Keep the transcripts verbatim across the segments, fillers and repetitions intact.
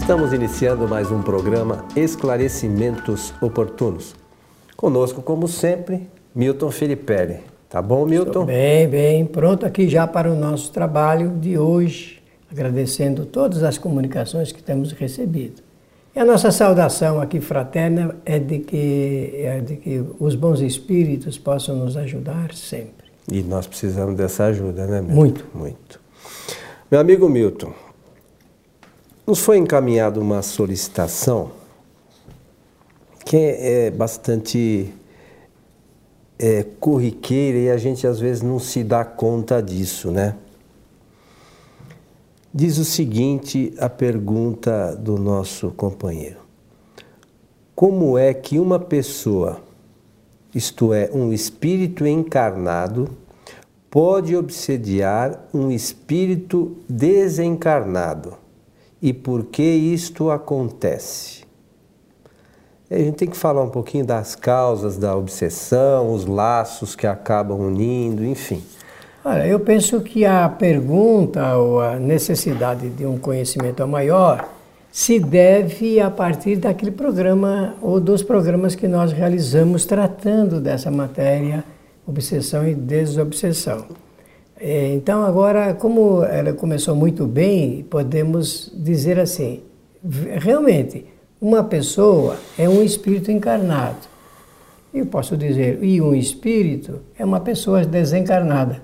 Estamos iniciando mais um programa Esclarecimentos Oportunos. Conosco, como sempre, Milton Filipelli. Tá bom, Milton? Estou bem, bem. Pronto aqui já para o nosso trabalho de hoje, agradecendo todas as comunicações que temos recebido. E a nossa saudação aqui fraterna é de que, é de que os bons espíritos possam nos ajudar sempre. E nós precisamos dessa ajuda, né, Milton? Muito. Muito. Meu amigo Milton, nos foi encaminhada uma solicitação que é bastante é, corriqueira e a gente às vezes não se dá conta disso, né? Diz o seguinte a pergunta do nosso companheiro: como é que uma pessoa, isto é, um espírito encarnado, pode obsediar um espírito desencarnado? E por que isto acontece? A gente tem que falar um pouquinho das causas da obsessão, os laços que acabam unindo, enfim. Olha, eu penso que a pergunta ou a necessidade de um conhecimento maior se deve a partir daquele programa ou dos programas que nós realizamos tratando dessa matéria, obsessão e desobsessão. Então, agora, como ela começou muito bem, podemos dizer assim, realmente, uma pessoa é um espírito encarnado. Eu posso dizer, e um espírito é uma pessoa desencarnada.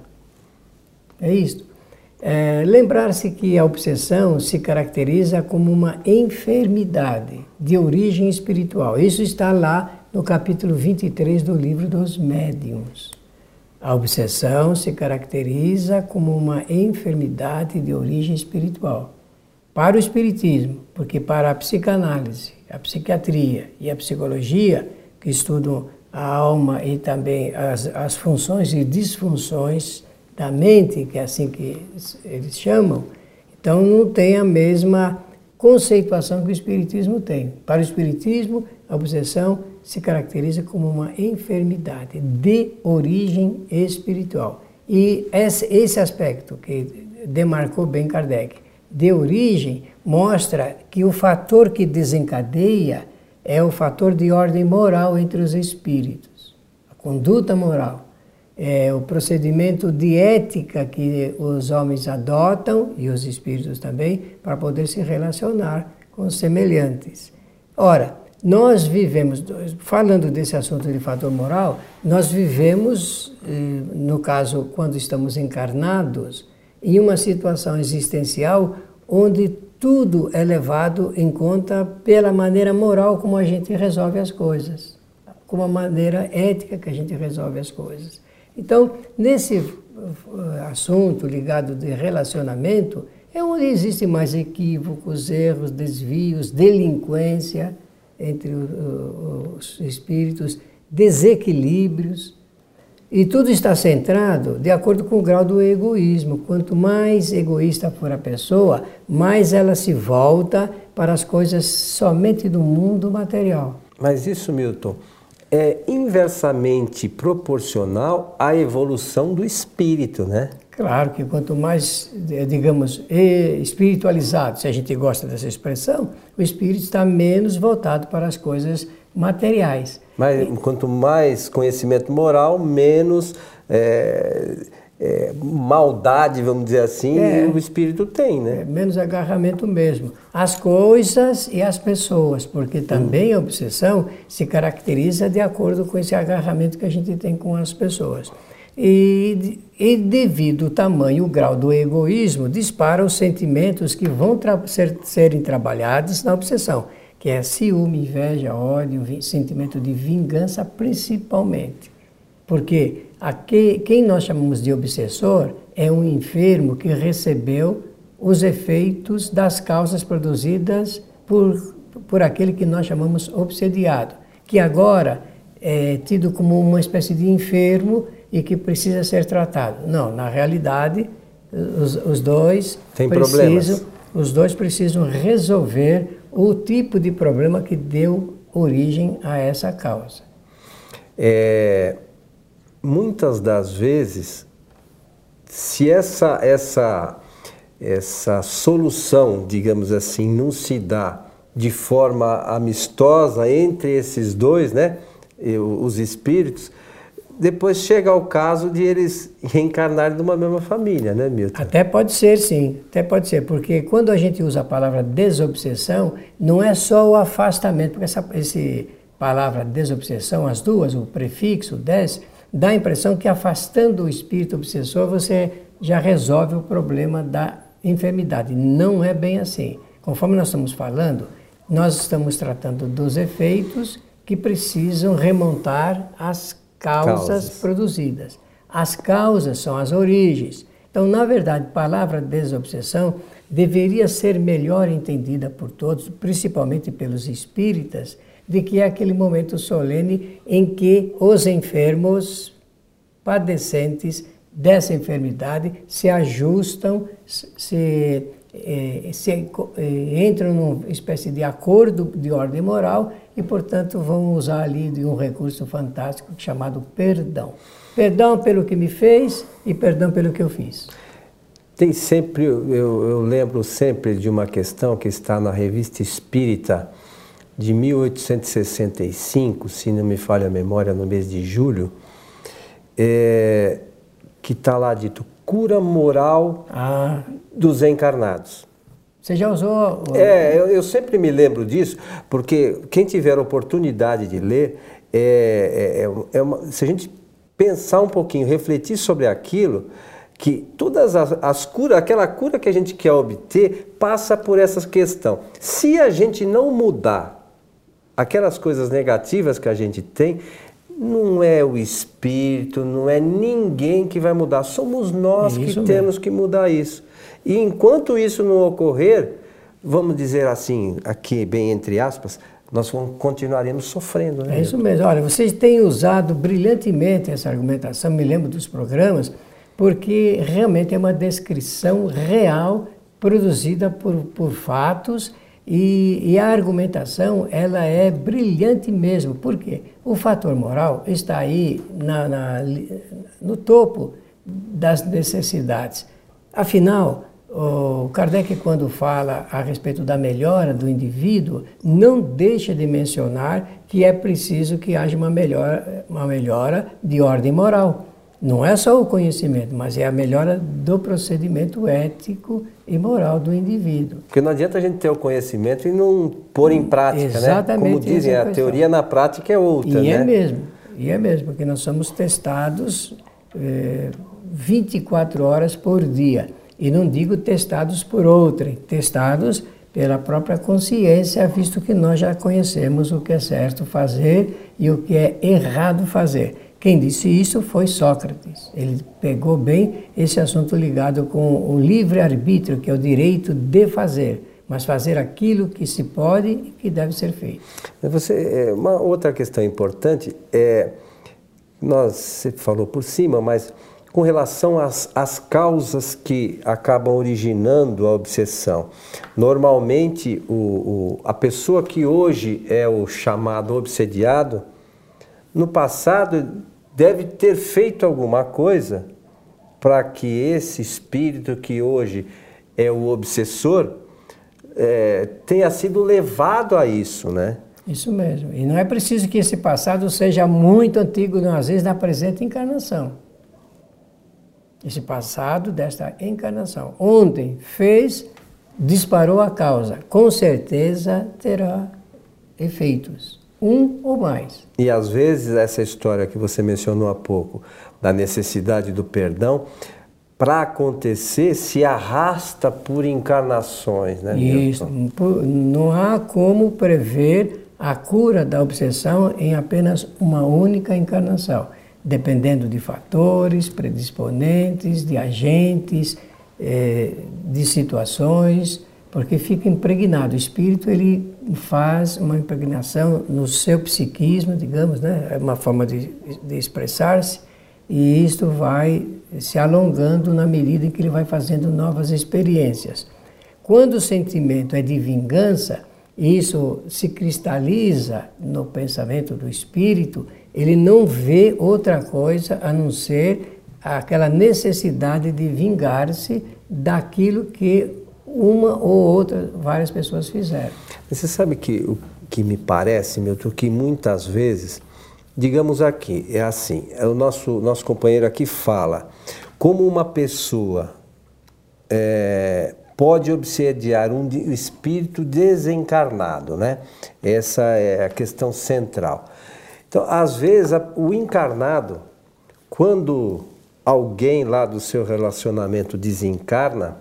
É isso. É, lembrar-se que a obsessão se caracteriza como uma enfermidade de origem espiritual. Isso está lá no capítulo vinte e três do livro dos Médiuns. A obsessão se caracteriza como uma enfermidade de origem espiritual. Para o espiritismo, porque para a psicanálise, a psiquiatria e a psicologia, que estudam a alma e também as, as funções e disfunções da mente, que é assim que eles chamam, então não tem a mesma conceituação que o espiritismo tem. Para o espiritismo, a obsessão se caracteriza como uma enfermidade de origem espiritual. E esse, esse aspecto que demarcou bem Kardec, de origem, mostra que o fator que desencadeia é o fator de ordem moral entre os espíritos, a conduta moral. É o procedimento de ética que os homens adotam, e os espíritos também, para poder se relacionar com os semelhantes. Ora, nós vivemos, falando desse assunto de fator moral, nós vivemos, no caso, quando estamos encarnados, em uma situação existencial onde tudo é levado em conta pela maneira moral como a gente resolve as coisas, como a maneira ética que a gente resolve as coisas. Então, nesse assunto ligado de relacionamento, é onde existem mais equívocos, erros, desvios, delinquência entre os espíritos, desequilíbrios. E tudo está centrado de acordo com o grau do egoísmo. Quanto mais egoísta for a pessoa, mais ela se volta para as coisas somente do mundo material. Mas isso, Milton, é inversamente proporcional à evolução do espírito, né? Claro que quanto mais, digamos, espiritualizado, se a gente gosta dessa expressão, o espírito está menos voltado para as coisas materiais. Mas quanto mais conhecimento moral, menos é, é, maldade, vamos dizer assim, é, o espírito tem, né? É, menos agarramento mesmo. As coisas e as pessoas, porque também hum. a obsessão se caracteriza de acordo com esse agarramento que a gente tem com as pessoas. E, e devido ao tamanho e o grau do egoísmo, disparam os sentimentos que vão tra- ser, serem trabalhados na obsessão, que é ciúme, inveja, ódio, sentimento de vingança principalmente. Porque aqui, quem nós chamamos de obsessor é um enfermo que recebeu os efeitos das causas produzidas por, por aquele que nós chamamos obsediado, que agora é tido como uma espécie de enfermo e que precisa ser tratado. Não, na realidade, os, os dois Tem precisam, problemas. os dois precisam resolver o tipo de problema que deu origem a essa causa. É, muitas das vezes, se essa, essa essa solução, digamos assim, não se dá de forma amistosa entre esses dois, né, os espíritos, depois chega ao caso de eles reencarnarem numa mesma família, né, Milton? Até pode ser, sim. Até pode ser, porque quando a gente usa a palavra desobsessão, não é só o afastamento, porque essa esse palavra desobsessão, as duas, o prefixo des, dá a impressão que afastando o espírito obsessor, você já resolve o problema da enfermidade. Não é bem assim. Conforme nós estamos falando, nós estamos tratando dos efeitos que precisam remontar às causas, causas produzidas. As causas são as origens. Então, na verdade, a palavra desobsessão deveria ser melhor entendida por todos, principalmente pelos espíritas, de que é aquele momento solene em que os enfermos padecentes dessa enfermidade se ajustam, se, eh, se eh, entram numa espécie de acordo de ordem moral e, portanto, vão usar ali de um recurso fantástico chamado perdão. Perdão pelo que me fez e perdão pelo que eu fiz. Tem sempre, eu, eu lembro sempre de uma questão que está na Revista Espírita de mil oitocentos e sessenta e cinco, se não me falha a memória, no mês de julho, é, que está lá dito, cura moral ah. dos encarnados. Você já usou? É, eu, eu sempre me lembro disso, porque quem tiver oportunidade de ler, é, é, é uma, se a gente pensar um pouquinho, refletir sobre aquilo, que todas as, as curas, aquela cura que a gente quer obter, passa por essa questão. Se a gente não mudar aquelas coisas negativas que a gente tem, não é o espírito, não é ninguém que vai mudar, somos nós que mesmo. Temos que mudar isso. E enquanto isso não ocorrer, vamos dizer assim, aqui bem entre aspas, nós vamos, continuaremos sofrendo. Né? É isso mesmo. Olha, vocês têm usado brilhantemente essa argumentação, me lembro dos programas, porque realmente é uma descrição real, produzida por, por fatos, e, e a argumentação ela é brilhante mesmo. Por quê? O fator moral está aí na, na, no topo das necessidades. Afinal, o Kardec, quando fala a respeito da melhora do indivíduo, não deixa de mencionar que é preciso que haja uma melhora, uma melhora de ordem moral. Não é só o conhecimento, mas é a melhora do procedimento ético e moral do indivíduo. Porque não adianta a gente ter o conhecimento e não pôr em prática, Exatamente, né? Como dizem, a teoria na prática é outra, e né? E é mesmo, e é mesmo, porque nós somos testados eh, vinte e quatro horas por dia. E não digo testados por outrem, testados pela própria consciência, visto que nós já conhecemos o que é certo fazer e o que é errado fazer. Quem disse isso foi Sócrates. Ele pegou bem esse assunto ligado com o livre-arbítrio, que é o direito de fazer, mas fazer aquilo que se pode e que deve ser feito. Você, uma outra questão importante é, nós, você falou por cima, mas com relação às, às causas que acabam originando a obsessão. Normalmente, o, o, a pessoa que hoje é o chamado obsediado, no passado deve ter feito alguma coisa para que esse espírito que hoje é o obsessor é, tenha sido levado a isso, né? Isso mesmo. E não é preciso que esse passado seja muito antigo, não, às vezes na presente encarnação. Esse passado desta encarnação. Ontem fez, disparou a causa. Com certeza terá efeitos. Um ou mais. E às vezes essa história que você mencionou há pouco, da necessidade do perdão, para acontecer se arrasta por encarnações, né? Isso. Milton? Não há como prever a cura da obsessão em apenas uma única encarnação, dependendo de fatores predisponentes, de agentes, eh, de situações, porque fica impregnado. O espírito ele faz uma impregnação no seu psiquismo, digamos, né? É uma forma de, de expressar-se, e isto vai se alongando na medida em que ele vai fazendo novas experiências. Quando o sentimento é de vingança, isso se cristaliza no pensamento do espírito, ele não vê outra coisa a não ser aquela necessidade de vingar-se daquilo que uma ou outra, várias pessoas fizeram. Você sabe que o que me parece, Milton, que muitas vezes, digamos aqui, é assim, é o nosso, nosso companheiro aqui fala, como uma pessoa é, pode obsediar um espírito desencarnado, né? Essa é a questão central. Então, às vezes, o encarnado, quando alguém lá do seu relacionamento desencarna,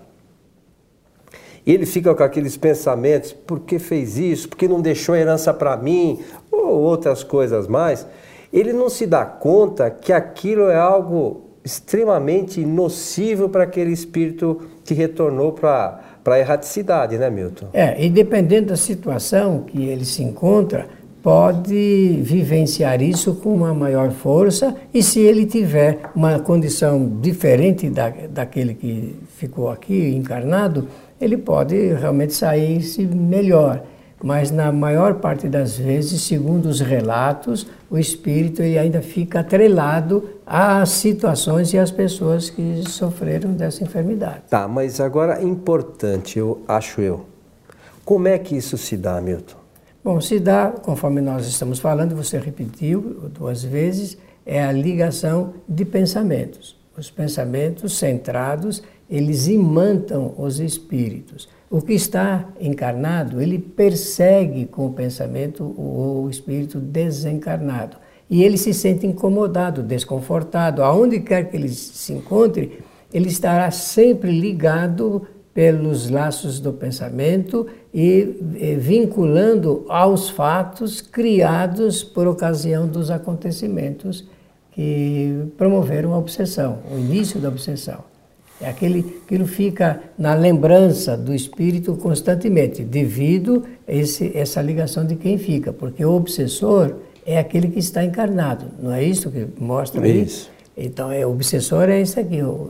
ele fica com aqueles pensamentos, por que fez isso, por que não deixou herança para mim, ou outras coisas mais. Ele não se dá conta que aquilo é algo extremamente nocivo para aquele espírito que retornou para a erraticidade, né, Milton? É, e dependendo da situação que ele se encontra, pode vivenciar isso com uma maior força, e se ele tiver uma condição diferente da, daquele que ficou aqui encarnado, ele pode realmente sair-se melhor. Mas na maior parte das vezes, segundo os relatos, o espírito ele ainda fica atrelado às situações e às pessoas que sofreram dessa enfermidade. Tá, mas agora é importante, eu acho eu, como é que isso se dá, Milton? Bom, se dá, conforme nós estamos falando, você repetiu duas vezes, é a ligação de pensamentos. Os pensamentos centrados, eles imantam os espíritos. O que está encarnado, ele persegue com o pensamento o espírito desencarnado. E ele se sente incomodado, desconfortado. Aonde quer que ele se encontre, ele estará sempre ligado pelos laços do pensamento e, e vinculando aos fatos criados por ocasião dos acontecimentos que promoveram a obsessão, o início da obsessão. É aquele, aquilo fica na lembrança do espírito constantemente, devido a esse, essa ligação de quem fica, porque o obsessor é aquele que está encarnado, não é isso que mostra aí? Isso. Então, é, o obsessor é esse aqui, o,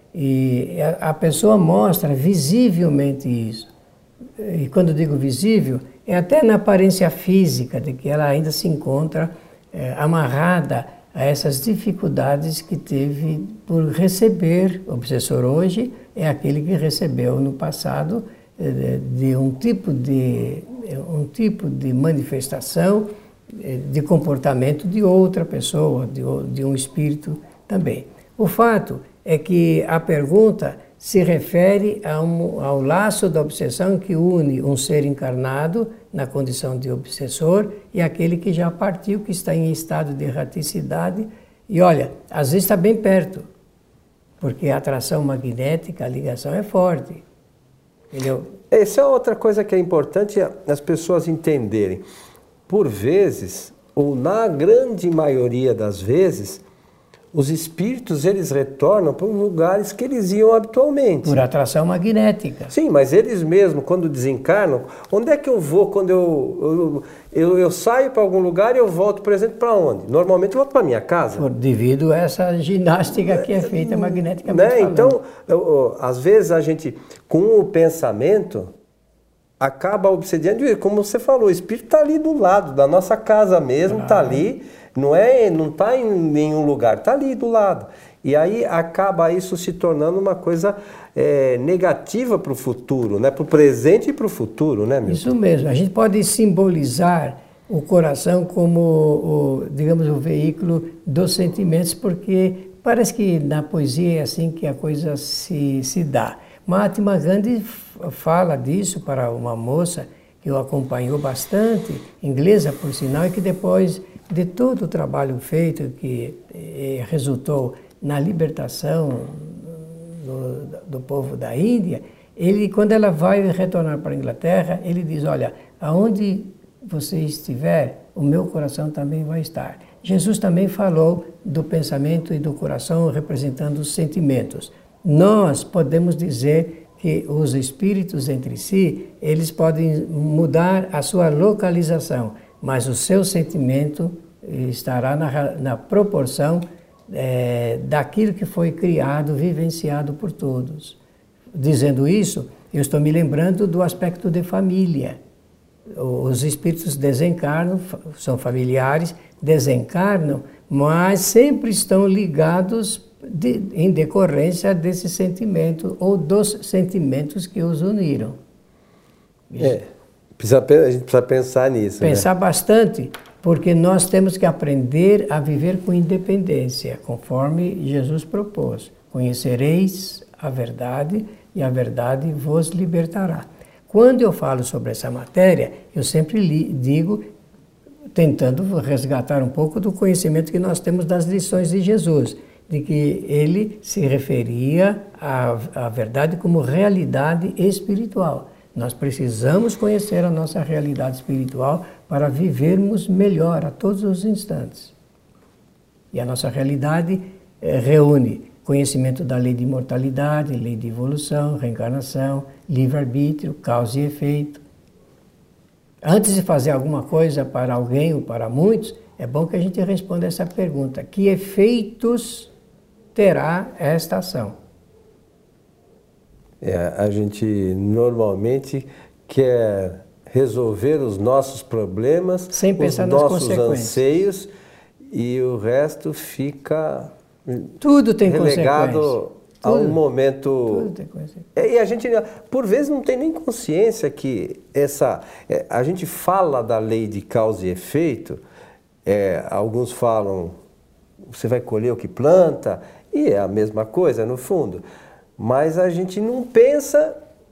e a, a pessoa mostra visivelmente isso. E quando digo visível, é até na aparência física, de que ela ainda se encontra é, amarrada a essas dificuldades que teve por receber. O obsessor hoje é aquele que recebeu no passado de, de um tipo de, um tipo de manifestação de comportamento de outra pessoa, de, de um espírito também. O fato é que a pergunta se refere a um, ao laço da obsessão que une um ser encarnado na condição de obsessor e aquele que já partiu, que está em estado de erraticidade. E olha, às vezes está bem perto, porque a atração magnética, a ligação é forte. Entendeu? Essa é outra coisa que é importante as pessoas entenderem. Por vezes, ou na grande maioria das vezes, os espíritos, eles retornam para os lugares que eles iam habitualmente. Por atração magnética. Sim, mas eles mesmos, quando desencarnam, onde é que eu vou quando eu, eu, eu, eu saio para algum lugar e eu volto, por exemplo, para onde? Normalmente eu volto para minha casa. Por, devido a essa ginástica que é feita magneticamente né? falando. Então, eu, eu, às vezes a gente, com o pensamento, acaba obsediando, como você falou, o espírito está ali do lado, da nossa casa mesmo, está ali. Não é, não está em nenhum lugar, está ali do lado. E aí acaba isso se tornando uma coisa é, negativa para o futuro, né? Para o presente e para o futuro, né, Milton? Isso mesmo. A gente pode simbolizar o coração como, o, digamos, o veículo dos sentimentos, porque parece que na poesia é assim que a coisa se, se dá. Mahatma Gandhi fala disso para uma moça que o acompanhou bastante, inglesa por sinal, e que depois de todo o trabalho feito que eh, resultou na libertação do, do povo da Índia, ele, quando ela vai retornar para a Inglaterra, ele diz, olha, aonde você estiver, o meu coração também vai estar. Jesus também falou do pensamento e do coração representando os sentimentos. Nós podemos dizer que os espíritos entre si, eles podem mudar a sua localização, mas o seu sentimento estará na, na proporção é, daquilo que foi criado, vivenciado por todos. Dizendo isso, eu estou me lembrando do aspecto de família. Os espíritos desencarnam, são familiares, desencarnam, mas sempre estão ligados de, em decorrência desse sentimento ou dos sentimentos que os uniram. É, precisa, a gente precisa pensar nisso. Pensar né? bastante, porque nós temos que aprender a viver com independência, conforme Jesus propôs. Conhecereis a verdade e a verdade vos libertará. Quando eu falo sobre essa matéria, eu sempre li, digo, tentando resgatar um pouco do conhecimento que nós temos das lições de Jesus, de que ele se referia à, à verdade como realidade espiritual. Nós precisamos conhecer a nossa realidade espiritual para vivermos melhor a todos os instantes. E a nossa realidade eh, reúne conhecimento da lei de imortalidade, lei de evolução, reencarnação, livre-arbítrio, causa e efeito. Antes de fazer alguma coisa para alguém ou para muitos, é bom que a gente responda essa pergunta: que efeitos terá esta ação? É, a gente normalmente quer resolver os nossos problemas, sem pensar os nas nossos consequências. anseios, e o resto fica Tudo tem relegado consequência. a um Tudo, momento. Tudo tem consequência. E a gente, por vezes, não tem nem consciência que essa. É, a gente fala da lei de causa e efeito, é, alguns falam, você vai colher o que planta, e é a mesma coisa, no fundo. Mas a gente não pensa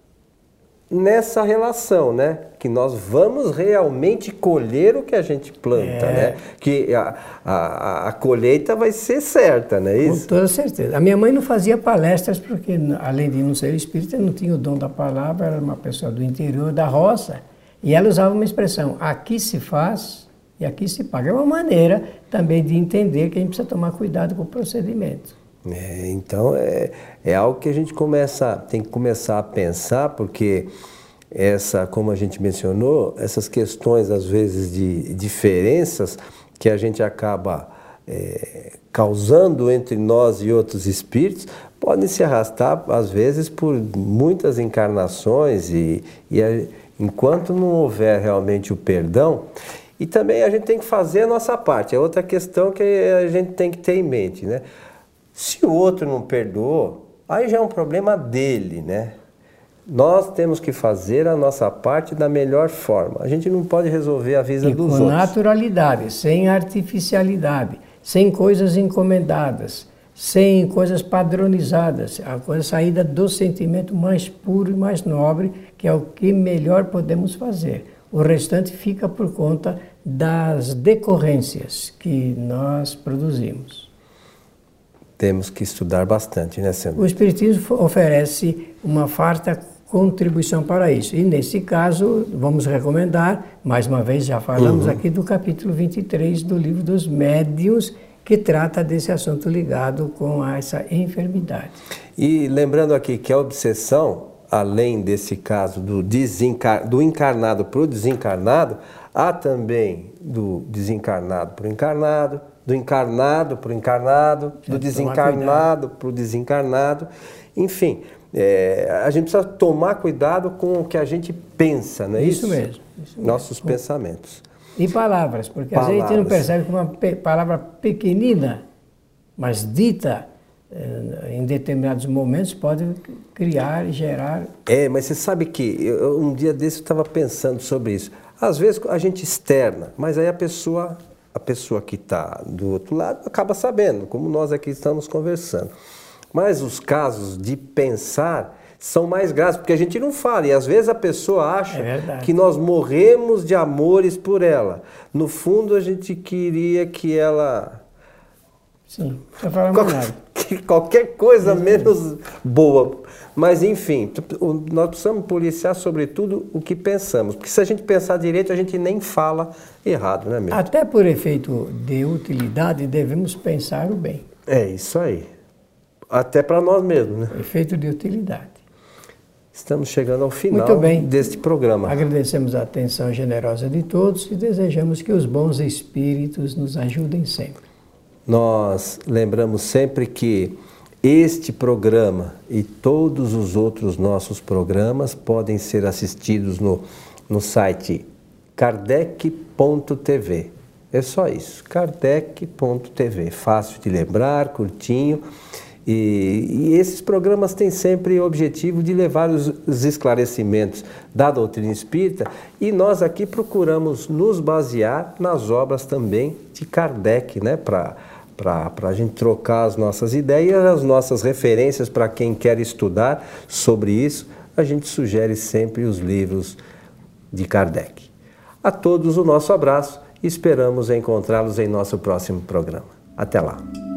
nessa relação, né? Que nós vamos realmente colher o que a gente planta, É. né? Que a, a, a colheita vai ser certa, não é isso? Com toda certeza. A minha mãe não fazia palestras porque, além de não ser espírita, não tinha o dom da palavra, era uma pessoa do interior, da roça, e ela usava uma expressão: aqui se faz e aqui se paga. É uma maneira também de entender que a gente precisa tomar cuidado com o procedimento. É, então é, é algo que a gente começa, tem que começar a pensar, porque essa, como a gente mencionou, essas questões às vezes de diferenças que a gente acaba é, causando entre nós e outros espíritos podem se arrastar às vezes por muitas encarnações e, e a, enquanto não houver realmente o perdão. E também a gente tem que fazer a nossa parte, é outra questão que a gente tem que ter em mente, né? Se o outro não perdoou, aí já é um problema dele, né? Nós temos que fazer a nossa parte da melhor forma. A gente não pode resolver a vida e dos com outros. naturalidade, sem artificialidade, sem coisas encomendadas, sem coisas padronizadas. A coisa saída do sentimento mais puro e mais nobre, que é o que melhor podemos fazer. O restante fica por conta das decorrências que nós produzimos. Temos que estudar bastante, né, Sandro? O Espiritismo oferece uma farta contribuição para isso. E, nesse caso, vamos recomendar, mais uma vez, já falamos uhum. aqui do capítulo vinte e três do Livro dos Médiuns, que trata desse assunto ligado com essa enfermidade. E lembrando aqui que a obsessão, além desse caso do, desencar... do encarnado para o desencarnado, há também do desencarnado para o encarnado, do encarnado para o encarnado, do desencarnado para o desencarnado. Enfim, é, a gente precisa tomar cuidado com o que a gente pensa, não é isso? Isso mesmo. Isso mesmo. Nossos com... pensamentos. E palavras, porque palavras. às vezes a gente não percebe que uma pe- palavra pequenina, mas dita eh, em determinados momentos, pode criar e gerar... É, mas você sabe que eu, um dia desse eu estava pensando sobre isso. Às vezes a gente externa, mas aí a pessoa... a pessoa que está do outro lado acaba sabendo, como nós aqui estamos conversando. Mas os casos de pensar são mais graves, porque a gente não fala, e às vezes a pessoa acha é que nós morremos de amores por ela. No fundo, a gente queria que ela... Sim, não falar mais nada. Qualquer coisa menos boa. Mas, enfim, nós precisamos policiar, sobretudo, o que pensamos. Porque se a gente pensar direito, a gente nem fala errado, né, meu? Até por efeito de utilidade, devemos pensar o bem. É isso aí. Até para nós mesmos, né? Efeito de utilidade. Estamos chegando ao final Muito bem. deste programa. Agradecemos a atenção generosa de todos e desejamos que os bons espíritos nos ajudem sempre. Nós lembramos sempre que este programa e todos os outros nossos programas podem ser assistidos no, no site kardec ponto t v. É só isso, kardec ponto t v. Fácil de lembrar, curtinho. E, e esses programas têm sempre o objetivo de levar os, os esclarecimentos da doutrina espírita, e nós aqui procuramos nos basear nas obras também de Kardec, né, para para a gente trocar as nossas ideias, as nossas referências para quem quer estudar sobre isso. A gente sugere sempre os livros de Kardec. A todos o nosso abraço e esperamos encontrá-los em nosso próximo programa. Até lá!